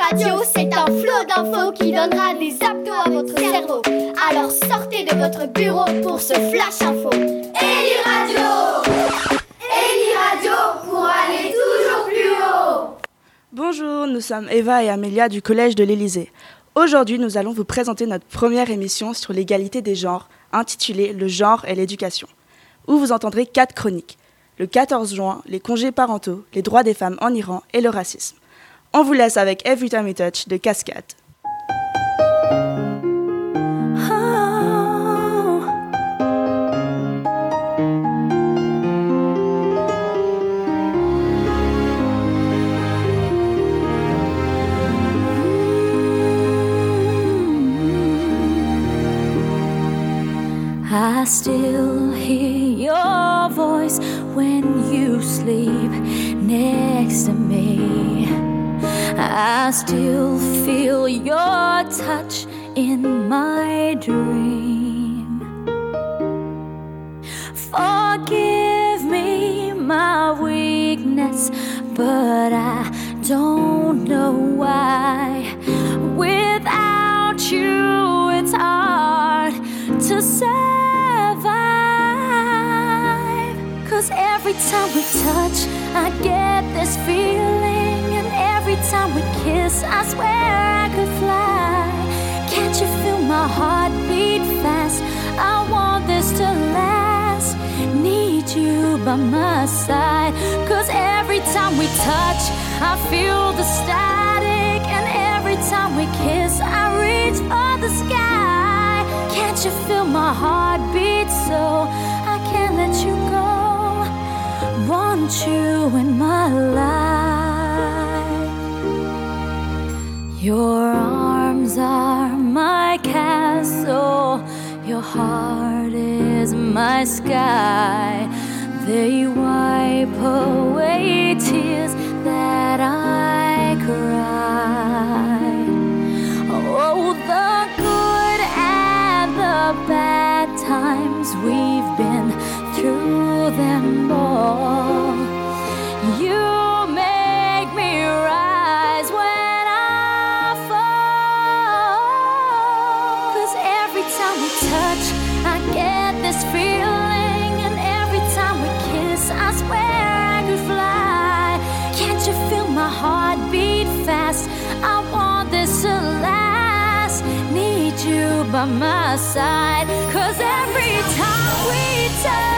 Radio, c'est un flot d'infos qui donnera des abdos à votre cerveau. Alors sortez de votre bureau pour ce flash info. Eli Radio, pour aller toujours plus haut. Bonjour, nous sommes Eva et Amélia du Collège de l'Élysée. Aujourd'hui, nous allons vous présenter notre première émission sur l'égalité des genres, intitulée « Le genre et l'éducation », où vous entendrez 4 chroniques. Le 14 juin, les congés parentaux, les droits des femmes en Iran et le racisme. On vous laisse avec Every Time We Touch de Cascade. I still hear your voice when you sleep next to me. I still feel your touch in my dream. Forgive me my weakness, but I don't know why. Without you, it's hard to survive. 'Cause every time we touch, I get this feeling. And every time we kiss, I swear I could fly. Can't you feel my heart beat fast? I want this to last. Need you by my side. 'Cause every time we touch, I feel the static. And every time we kiss, I reach for the sky. Can't you feel my heart beat so I can't let you go? Want you in my life. Your arms are my castle. Your heart is my sky. They wipe away tears that I cried. Oh, the good and the bad times, we've been through them all. You make me rise when I fall. 'Cause every time we touch, I get this feeling. And every time we kiss, I swear I could fly. Can't you feel my heart beat fast? I want this to last. Need you by my side. 'Cause every time we touch,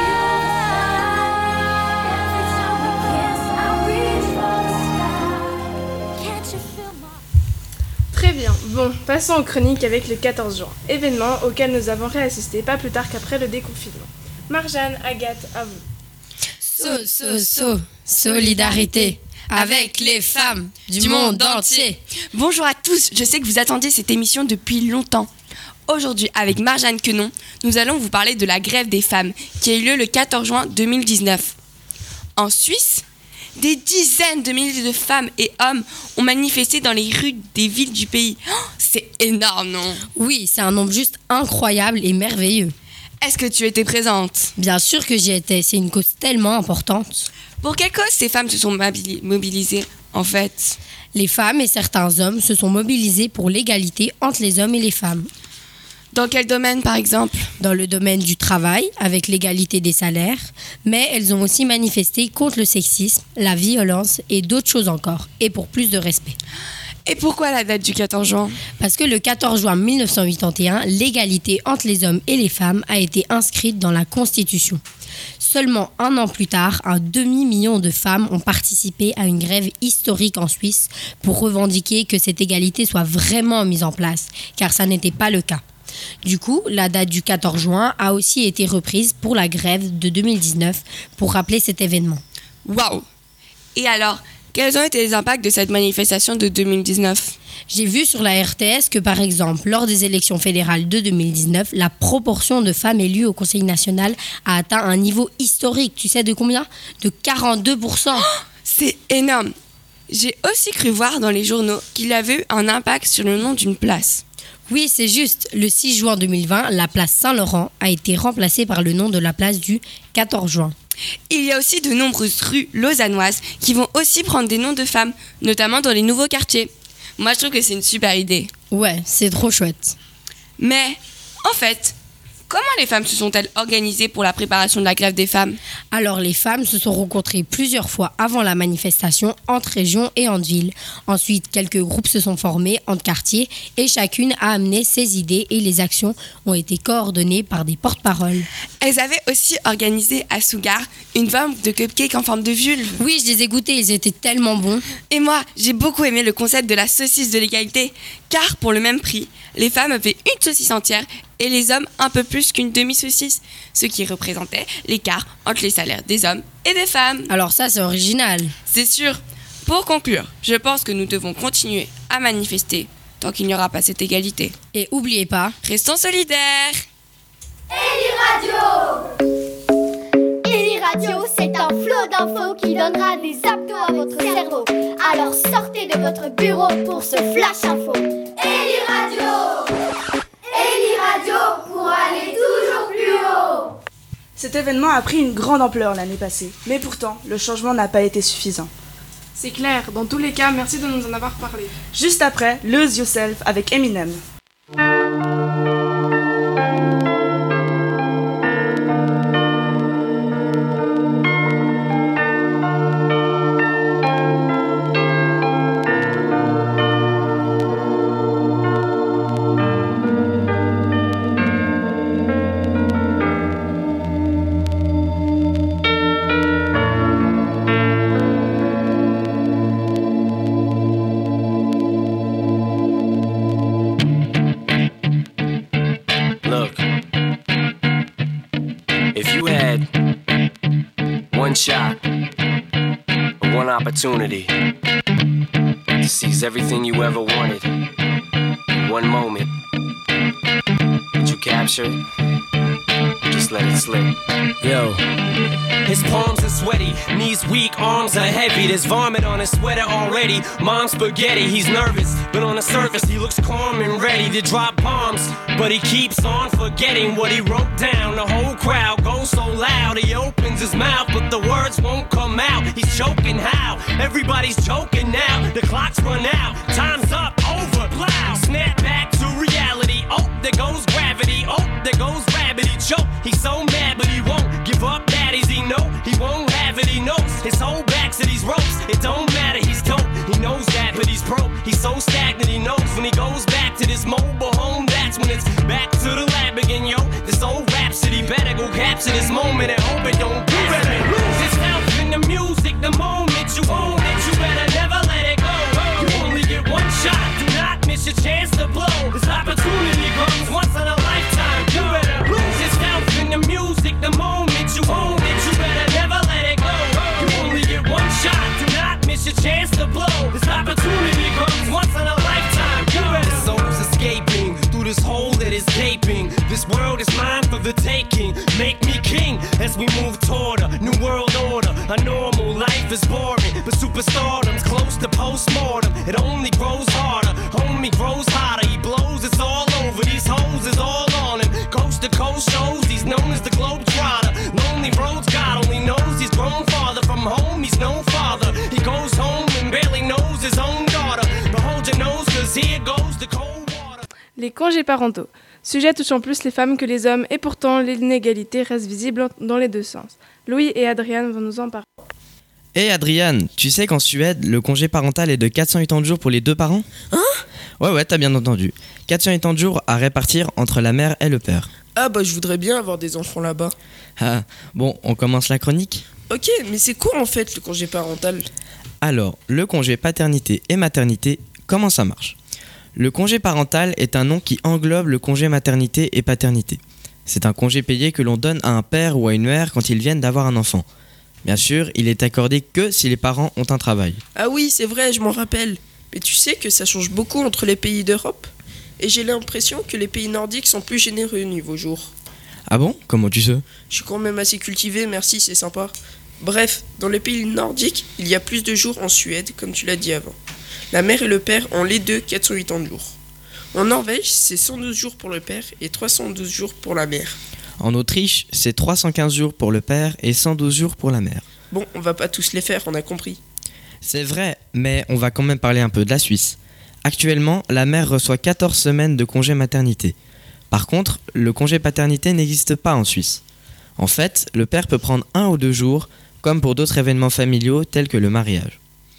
Très bien, bon, passons aux chroniques avec le 14 juin, événement auquel nous avons réassisté pas plus tard qu'après le déconfinement. Marjane, Agathe, à vous. Solidarité avec les femmes du monde entier. Bonjour à tous, je sais que vous attendiez cette émission depuis longtemps. Aujourd'hui, avec Marjane Quenon, nous allons vous parler de la grève des femmes qui a eu lieu le 14 juin 2019. En Suisse, des dizaines de milliers de femmes et hommes ont manifesté dans les rues des villes du pays. Oh, c'est énorme, non ? Oui, c'est un nombre juste incroyable et merveilleux. Est-ce que tu étais présente ? Bien sûr que j'y étais, c'est une cause tellement importante. Pour quelle cause ces femmes se sont mobilisées, en fait ? Les femmes et certains hommes se sont mobilisés pour l'égalité entre les hommes et les femmes. Dans quel domaine, par exemple ? Dans le domaine du travail, avec l'égalité des salaires, mais elles ont aussi manifesté contre le sexisme, la violence et d'autres choses encore, et pour plus de respect. Et pourquoi la date du 14 juin ? Parce que le 14 juin 1981, l'égalité entre les hommes et les femmes a été inscrite dans la Constitution. Seulement un an plus tard, un demi-million de femmes ont participé à une grève historique en Suisse pour revendiquer que cette égalité soit vraiment mise en place, car ça n'était pas le cas. Du coup, la date du 14 juin a aussi été reprise pour la grève de 2019 pour rappeler cet événement. Waouh ! Et alors, quels ont été les impacts de cette manifestation de 2019 ? J'ai vu sur la RTS que, par exemple, lors des élections fédérales de 2019, la proportion de femmes élues au Conseil national a atteint un niveau historique. Tu sais de combien ? De 42%. Oh, c'est énorme ! J'ai aussi cru voir dans les journaux qu'il avait eu un impact sur le nom d'une place. Oui, c'est juste. Le 6 juin 2020, la place Saint-Laurent a été remplacée par le nom de la place du 14 juin. Il y a aussi de nombreuses rues lausannoises qui vont aussi prendre des noms de femmes, notamment dans les nouveaux quartiers. Moi, je trouve que c'est une super idée. Ouais, c'est trop chouette. Mais, en fait, comment les femmes se sont-elles organisées pour la préparation de la grève des femmes ? Alors les femmes se sont rencontrées plusieurs fois avant la manifestation entre régions et entre villes. Ensuite, quelques groupes se sont formés entre quartiers et chacune a amené ses idées et les actions ont été coordonnées par des porte-paroles. Elles avaient aussi organisé à Sougar une vente de cupcakes en forme de vulve. Oui, je les ai goûtés, ils étaient tellement bons. Et moi, j'ai beaucoup aimé le concept de la saucisse de l'égalité, car pour le même prix, les femmes avaient une saucisse entière et les hommes un peu plus qu'une demi-saucisse, ce qui représentait l'écart entre les salaires des hommes et des femmes. Alors ça, c'est original. C'est sûr. Pour conclure, je pense que nous devons continuer à manifester tant qu'il n'y aura pas cette égalité. Et oubliez pas, Restons solidaires. Eli Radio, c'est un flot d'infos qui donnera des abdos à votre cerveau. Alors sortez de votre bureau pour ce flash info. Eli Radio pour aller toujours plus haut. Cet événement a pris une grande ampleur l'année passée, mais pourtant, le changement n'a pas été suffisant. C'est clair, dans tous les cas, merci de nous en avoir parlé. Juste après, Lose Yourself avec Eminem. One shot, one opportunity to seize everything you ever wanted in one moment. Did you capture it? Just let it slip. Yo. His palms are sweaty, knees weak, arms are heavy. There's vomit on his sweater already. Mom's spaghetti, he's nervous, but on the surface he looks calm and ready to drop bombs. But he keeps on forgetting what he wrote down. The whole crowd goes so loud, he opens his mouth, but the words won't come out. He's choking how? Everybody's choking now. The clock's run out, time's up, over, loud. Snap back to reality. Oh, there goes gravity. Oh, there goes rabbit. He choke. He's so mad, but he won't give up. Daddies, he know he won't have it. He knows his whole back to these ropes. It don't matter. He's dope. He knows that, but he's broke. He's so stagnant. He knows when he goes back to this mobile home. That's when it's back to the lab again, yo. This old rhapsody better go capture this moment and hope it don't do it. Lose yourself in the music the moment you own it. You better never let it go. You only get one shot. Do not miss your chance to blow. This opportunity comes once in a lifetime. You better lose yourself in the music the moment you own it. You better never let it go. You only get one shot. Do not miss your chance to blow. This opportunity comes once in a lifetime. You better. The soul's escaping through this hole that is gaping. This world is mine for the taking. Make me king as we move toward a new world order. A normal life is boring, but superstardom's close to postmortem. It only grows harder, homie grows hotter. He blows, it's all over. These hoes is all on him. Coast to coast shows, he's known as the Globetrotter. Lonely roads, God only knows he's grown farther from home. He's no father. He goes home and barely knows his own daughter. But hold your nose, cause here goes the cold water. Les congés parentaux. Sujet touchant plus les femmes que les hommes et pourtant l'inégalité reste visible dans les deux sens. Louis et Adriane vont nous en parler. Hé Adriane, tu sais qu'en Suède, le congé parental est de 480 jours pour les deux parents ? Hein ? Ouais, t'as bien entendu. 480 jours à répartir entre la mère et le père. Ah bah je voudrais bien avoir des enfants là-bas. Ah, bon, on commence la chronique ? Ok, mais c'est quoi en fait le congé parental ? Alors, le congé paternité et maternité, comment ça marche ? Le congé parental est un nom qui englobe le congé maternité et paternité. C'est un congé payé que l'on donne à un père ou à une mère quand ils viennent d'avoir un enfant. Bien sûr, il est accordé que si les parents ont un travail. Ah oui, c'est vrai, je m'en rappelle. Mais tu sais que ça change beaucoup entre les pays d'Europe ? Et j'ai l'impression que les pays nordiques sont plus généreux au niveau jour. Ah bon ? Comment tu sais ? Je suis quand même assez cultivé, merci, c'est sympa. Bref, dans les pays nordiques, il y a plus de jours en Suède, comme tu l'as dit avant. La mère et le père ont les deux 480 jours. En Norvège, c'est 112 jours pour le père et 312 jours pour la mère. En Autriche, c'est 315 jours pour le père et 112 jours pour la mère. Bon, on va pas tous les faire, on a compris. C'est vrai, mais on va quand même parler un peu de la Suisse. Actuellement, la mère reçoit 14 semaines de congé maternité. Par contre, le congé paternité n'existe pas en Suisse. En fait, le père peut prendre 1 ou 2 jours, comme pour d'autres événements familiaux tels que le mariage.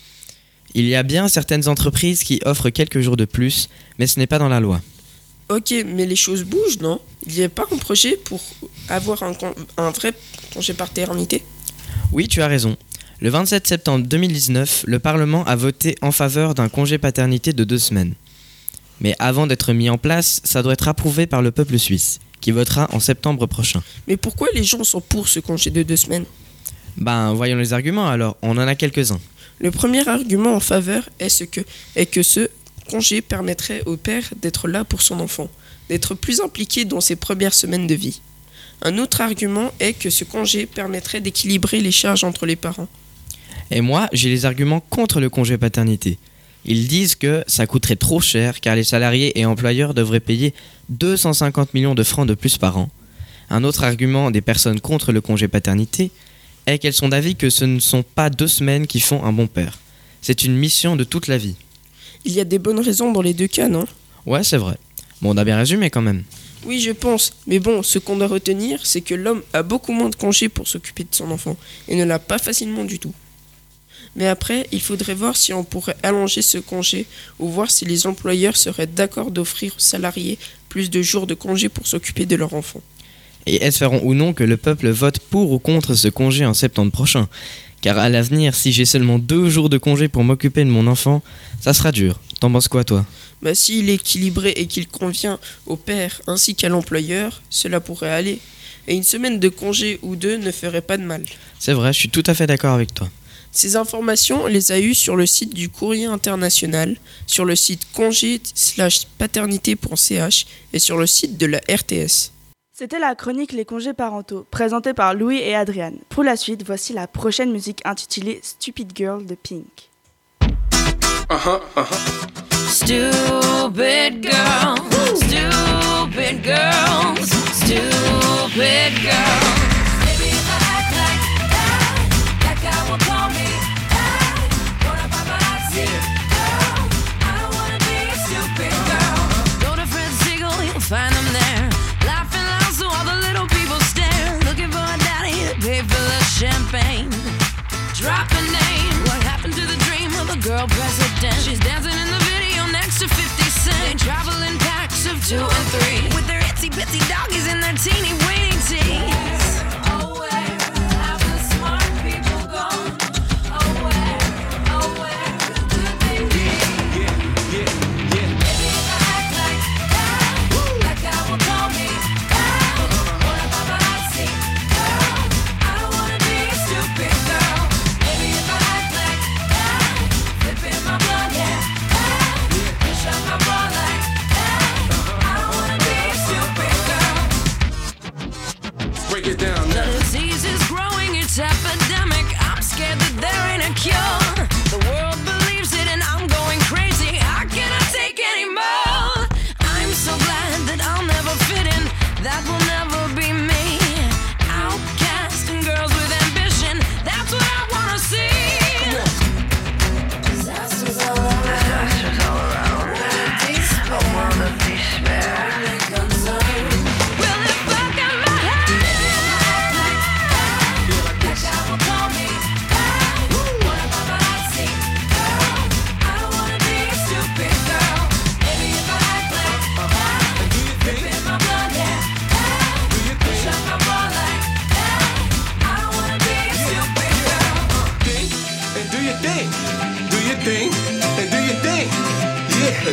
Il y a bien certaines entreprises qui offrent quelques jours de plus, mais ce n'est pas dans la loi. Ok, mais les choses bougent, non? Il n'y a pas un projet pour avoir un vrai congé paternité? Oui, tu as raison. Le 27 septembre 2019, le Parlement a voté en faveur d'un congé paternité de 2 semaines. Mais avant d'être mis en place, ça doit être approuvé par le peuple suisse, qui votera en septembre prochain. Mais pourquoi les gens sont pour ce congé de 2 semaines? Voyons les arguments alors, on en a quelques-uns. Le premier argument en faveur est que ce congé permettrait au père d'être là pour son enfant, d'être plus impliqué dans ses premières semaines de vie. Un autre argument est que ce congé permettrait d'équilibrer les charges entre les parents. Et moi, j'ai les arguments contre le congé paternité. Ils disent que ça coûterait trop cher car les salariés et employeurs devraient payer 250 millions de francs de plus par an. Un autre argument des personnes contre le congé paternité est qu'elles sont d'avis que ce ne sont pas 2 semaines qui font un bon père. C'est une mission de toute la vie. Il y a des bonnes raisons dans les 2 cas, non? Ouais, c'est vrai. Bon, on a bien résumé quand même. Oui, je pense. Mais bon, ce qu'on doit retenir, c'est que l'homme a beaucoup moins de congés pour s'occuper de son enfant et ne l'a pas facilement du tout. Mais après, il faudrait voir si on pourrait allonger ce congé ou voir si les employeurs seraient d'accord d'offrir aux salariés plus de jours de congé pour s'occuper de leur enfant. Et espérons ou non que le peuple vote pour ou contre ce congé en septembre prochain. Car à l'avenir, si j'ai seulement 2 jours de congé pour m'occuper de mon enfant, ça sera dur. T'en penses quoi, toi? S'il est équilibré et qu'il convient au père ainsi qu'à l'employeur, cela pourrait aller. Et 1 semaine de congé ou 2 ne ferait pas de mal. C'est vrai, je suis tout à fait d'accord avec toi. Ces informations, on les a eues sur le site du Courrier International, sur le site congé/paternité.ch et sur le site de la RTS. C'était la chronique Les congés parentaux, présentée par Louis et Adriane. Pour la suite, voici la prochaine musique intitulée Stupid Girl de Pink. Stupid girl, stupid girls, stupid girls. Maybe if I act like guy will call me. Wanna paparazzi? Girl, I don't wanna be a stupid girl. Go to Fred Siegel, you'll find them there. Laughing loud so all the little people stare. Looking for a daddy to pay for the champagne. Drop a name. What happened to the dream of a girl president? She's dancing in the video next to 50 Cent. They travel in packs of 2 and 3 with their itsy bitsy doggies and their teeny weeny teeth. Oh, where have the smart people gone? Oh, where do they be? Maybe if I act like guy will call me. Wanna paparazzi? Girl, I don't wanna be a stupid girl. Maybe if I act like flipping my blood, yeah. Push up my bra like that. I don't wanna be a stupid girl. Break it down The now. disease is growing, it's epidemic. I'm scared that there ain't a cure. The world believes it and I'm going crazy. I cannot take anymore. I'm so glad that I'll never fit in. That will never be me. Outcast and girls with ambition. That's what I wanna see. Disasters all around. A world of despair. Well, if I got my head, like I will call me. Wanna paparazzi? Girl, I don't wanna be a stupid girl. Maybe if I act like flipping my blood, yeah. Push up my bra like that. I don't wanna be a stupid girl. Think and do your thing. Do your thing and do your thing. Yeah.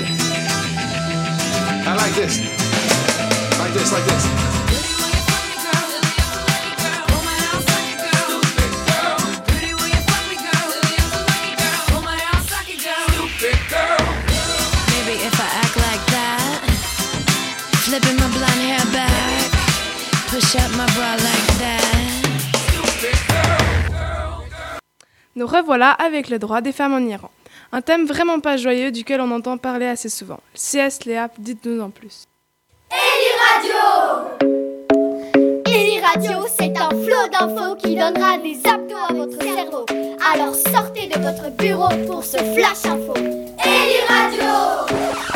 I like this. Like this, like this. Pretty when you fuck me, girl. Lily, I'm a lucky girl. Hold my house like a girl. Stupid girl. Pretty when you fuck me, girl. Lily, I'm a lucky girl. Hold my house like a girl. Stupid girl. Maybe if I act like that, flipping my blonde hair back, push up my bra like that. Nous revoilà avec le droit des femmes en Iran. Un thème vraiment pas joyeux duquel on entend parler assez souvent. CS Léa, dites-nous en plus. Eli Radio Ellie Radio, c'est un flot d'infos qui donnera des abdos à votre cerveau. Alors sortez de votre bureau pour ce flash info. Ellie Radio,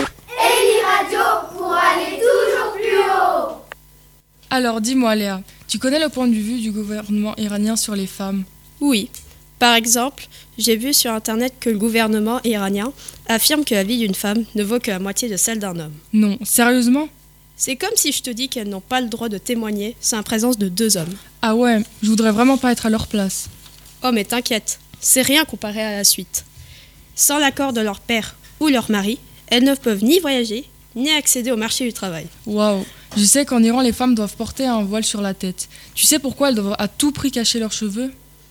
Ellie Radio pour aller toujours plus haut. Alors dis-moi Léa, tu connais le point de vue du gouvernement iranien sur les femmes? Oui. Par exemple, j'ai vu sur internet que le gouvernement iranien affirme que la vie d'une femme ne vaut que la moitié de celle d'un homme. Non, sérieusement? C'est comme si je te dis qu'elles n'ont pas le droit de témoigner sans la présence de 2 hommes. Ah ouais, je voudrais vraiment pas être à leur place. Oh mais t'inquiète, c'est rien comparé à la suite. Sans l'accord de leur père ou leur mari, elles ne peuvent ni voyager, ni accéder au marché du travail. Waouh, je sais qu'en Iran les femmes doivent porter un voile sur la tête. Tu sais pourquoi elles doivent à tout prix cacher leurs cheveux?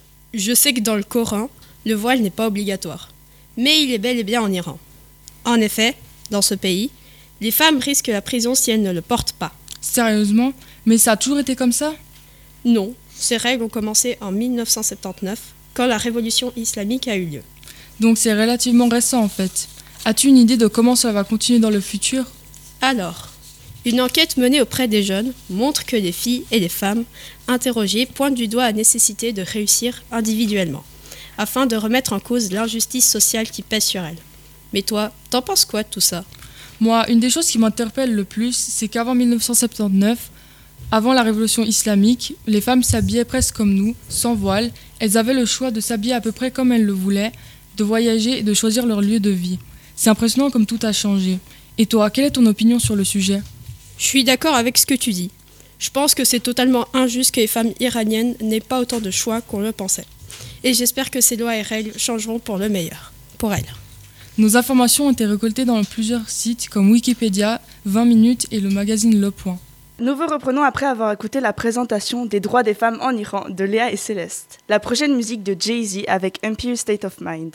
Je sais que dans le Coran, le voile n'est pas obligatoire. Mais il est bel et bien en Iran. En effet, dans ce pays, les femmes risquent la prison si elles ne le portent pas. Sérieusement? Mais ça a toujours été comme ça? Non, ces règles ont commencé en 1979, quand la révolution islamique a eu lieu. Donc c'est relativement récent en fait. As-tu une idée de comment ça va continuer dans le futur? Alors, une enquête menée auprès des jeunes montre que les filles et les femmes interrogées pointent du doigt la nécessité de réussir individuellement, afin de remettre en cause l'injustice sociale qui pèse sur elles. Mais toi, t'en penses quoi de tout ça? Moi, une des choses qui m'interpelle le plus, c'est qu'avant 1979, avant la révolution islamique, les femmes s'habillaient presque comme nous, sans voile. Elles avaient le choix de s'habiller à peu près comme elles le voulaient, de voyager et de choisir leur lieu de vie. C'est impressionnant comme tout a changé. Et toi, quelle est ton opinion sur le sujet? Je suis d'accord avec ce que tu dis. Je pense que c'est totalement injuste que les femmes iraniennes n'aient pas autant de choix qu'on le pensait. Et j'espère que ces lois et règles changeront pour le meilleur, pour elles. Nos informations ont été récoltées dans plusieurs sites comme Wikipédia, 20 minutes et le magazine Le Point. Nous vous reprenons après avoir écouté la présentation des droits des femmes en Iran de Léa et Céleste. La prochaine musique de Jay-Z avec Empire State of Mind.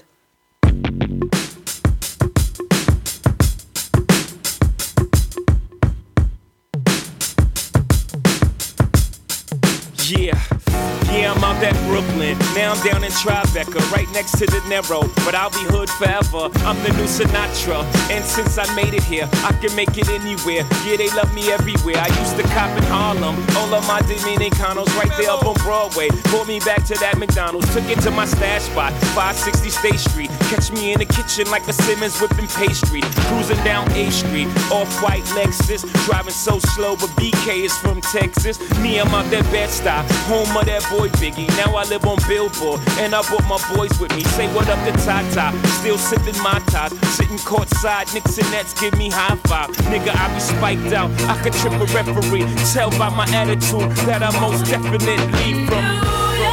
Yeah, I'm out at Brooklyn. Now I'm down in Tribeca, right next to the Narrow. But I'll be hood forever. I'm the new Sinatra. And since I made it here, I can make it anywhere. Yeah, they love me everywhere. I used to cop in Harlem. All of my Dominicanos right there up on Broadway. Pulled me back to that McDonald's. Took it to my stash spot, 560 State Street. Catch me in the kitchen like a Simmons whipping pastry. Cruising down A Street, off-white Lexus. Driving so slow, but BK is from Texas. Me, I'm out that Bed-Stuy, home of that boy Biggie. Now I live on Billboard, and I brought my boys with me. Say what up to Tata, still sipping my top. Sitting courtside, Knicks and Nets give me high five. Nigga, I be spiked out, I could trip a referee. Tell by my attitude that I most definitely from.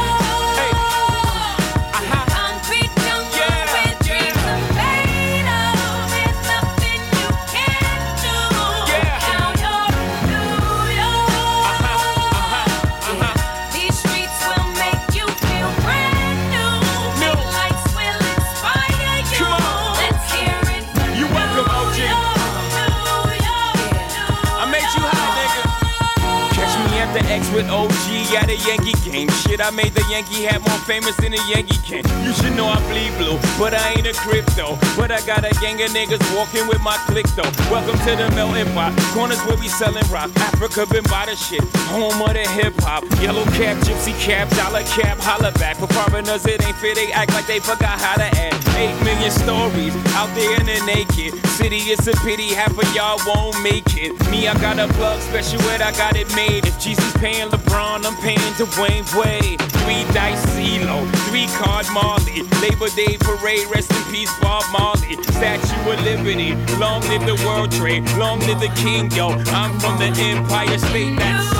With OG at a Yankee game. Shit, I made the Yankee hat more famous than a Yankee can. You should know I bleed blue, but I ain't a crypto. But I got a gang of niggas walking with my click though. Welcome to the melting pot. Corners where we selling rock. Africa been by the shit. Home of the hip hop. Yellow cap, gypsy cap, dollar cap, holla back. For foreigners, it ain't fair. They act like they forgot how to act. 8 million stories out there in the naked city. It's a pity half of y'all won't make it. Me, I got a plug special ed, I got it made. If Jesus paying LeBron, I'm paying Dwayne Wade. 3 dice CeeLo, 3 card Marley. Labor Day parade, rest in peace Bob Marley. Statue of Liberty, long live the World Trade, long live the King, yo. I'm from the Empire State. That's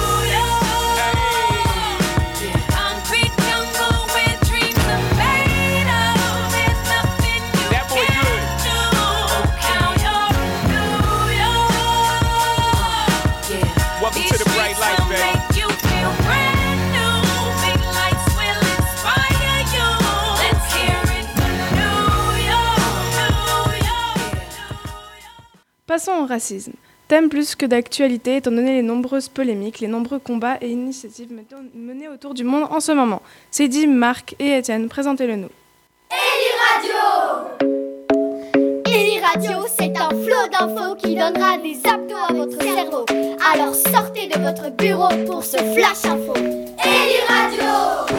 Passons au racisme. Thème plus que d'actualité étant donné les nombreuses polémiques, les nombreux combats et initiatives menées autour du monde en ce moment. Cédie, Marc et Étienne, présentez-le nous. Ellie Radio, c'est un flot d'infos qui donnera des abdos à votre cerveau. Alors sortez de votre bureau pour ce flash info. Eli Radio,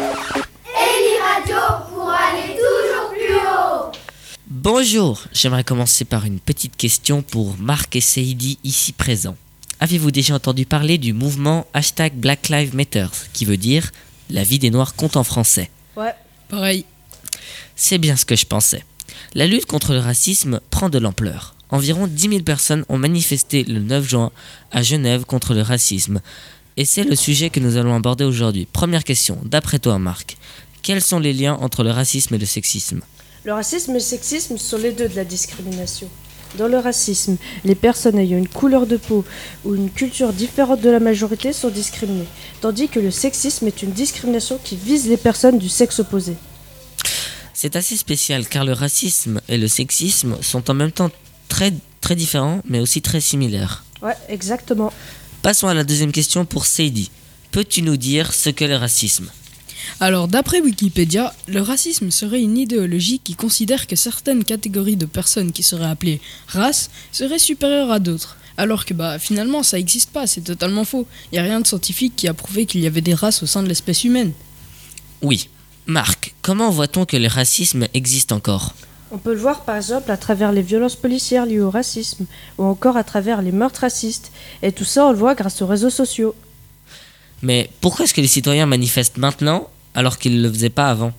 pour aller toujours plus haut. Bonjour, j'aimerais commencer par une petite question pour Marc et Seidi ici présents. Avez-vous déjà entendu parler du mouvement #Black Lives Matter, qui veut dire « La vie des Noirs compte » en français? Ouais, pareil. C'est bien ce que je pensais. La lutte contre le racisme prend de l'ampleur. Environ 10 000 personnes ont manifesté le 9 juin à Genève contre le racisme. Et c'est le sujet que nous allons aborder aujourd'hui. Première question, d'après toi Marc, quels sont les liens entre le racisme et le sexisme? Le racisme et le sexisme sont les deux de la discrimination. Dans le racisme, les personnes ayant une couleur de peau ou une culture différente de la majorité sont discriminées, tandis que le sexisme est une discrimination qui vise les personnes du sexe opposé. C'est assez spécial car le racisme et le sexisme sont en même temps très, très différents mais aussi très similaires. Ouais, exactement. Passons à la deuxième question pour Seidi. Peux-tu nous dire ce qu'est le racisme? Alors, d'après Wikipédia, le racisme serait une idéologie qui considère que certaines catégories de personnes qui seraient appelées races seraient supérieures à d'autres. Alors que finalement, ça n'existe pas, c'est totalement faux. Il n'y a rien de scientifique qui a prouvé qu'il y avait des races au sein de l'espèce humaine. Oui. Marc, comment voit-on que le racisme existe encore? On peut le voir par exemple à travers les violences policières liées au racisme, ou encore à travers les meurtres racistes. Et tout ça, on le voit grâce aux réseaux sociaux. Mais pourquoi est-ce que les citoyens manifestent maintenant alors qu'ils ne le faisaient pas avant?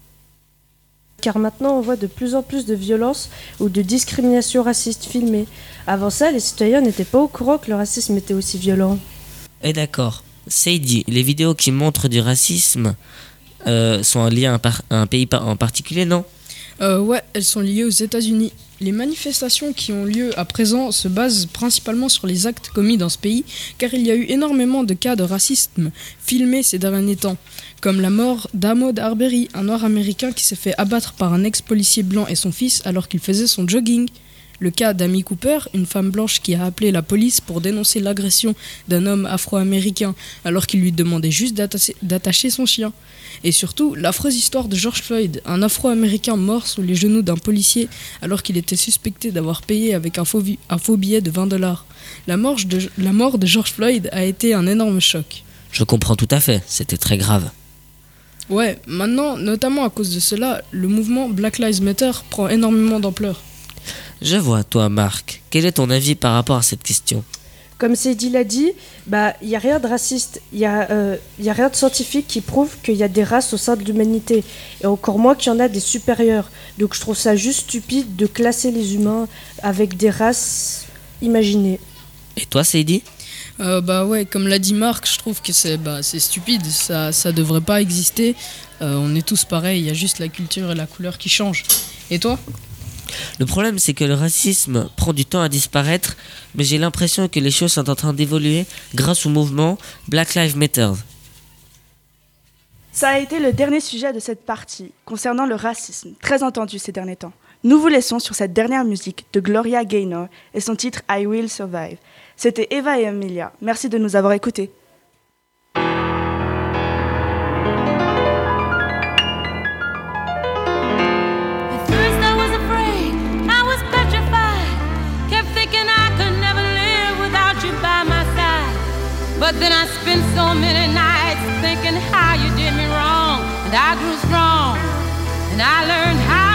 Car maintenant on voit de plus en plus de violences ou de discriminations racistes filmées. Avant ça, les citoyens n'étaient pas au courant que le racisme était aussi violent. Et d'accord. Seidi, les vidéos qui montrent du racisme sont en lien à un pays en particulier, non? Ouais, elles sont liées aux États-Unis. Les manifestations qui ont lieu à présent se basent principalement sur les actes commis dans ce pays, car il y a eu énormément de cas de racisme filmés ces derniers temps, comme la mort d'Ahmaud Arbery, un noir américain qui s'est fait abattre par un ex-policier blanc et son fils alors qu'il faisait son jogging. Le cas d'Amy Cooper, une femme blanche qui a appelé la police pour dénoncer l'agression d'un homme afro-américain alors qu'il lui demandait juste d'attacher son chien. Et surtout, l'affreuse histoire de George Floyd, un afro-américain mort sous les genoux d'un policier alors qu'il était suspecté d'avoir payé avec un faux billet de $20. La mort de George Floyd a été un énorme choc. Je comprends tout à fait, c'était très grave. Ouais, maintenant, notamment à cause de cela, le mouvement Black Lives Matter prend énormément d'ampleur. Je vois, toi Marc, quel est ton avis par rapport à cette question? Comme Seidi l'a dit, il n'y a rien de raciste, il y a rien de scientifique qui prouve qu'il y a des races au sein de l'humanité, et encore moins qu'il y en a des supérieures. Donc je trouve ça juste stupide de classer les humains avec des races imaginées. Et toi Seidi? Ouais, comme l'a dit Marc, je trouve que c'est stupide, ça devrait pas exister. On est tous pareils, il y a juste la culture et la couleur qui changent. Et toi? Le problème, c'est que le racisme prend du temps à disparaître, mais j'ai l'impression que les choses sont en train d'évoluer grâce au mouvement Black Lives Matter. Ça a été le dernier sujet de cette partie, concernant le racisme, très entendu ces derniers temps. Nous vous laissons sur cette dernière musique de Gloria Gaynor et son titre I Will Survive. C'était Eva et Amelia. Merci de nous avoir écoutés. But then I spent so many nights thinking how you did me wrong, and I grew strong, and I learned how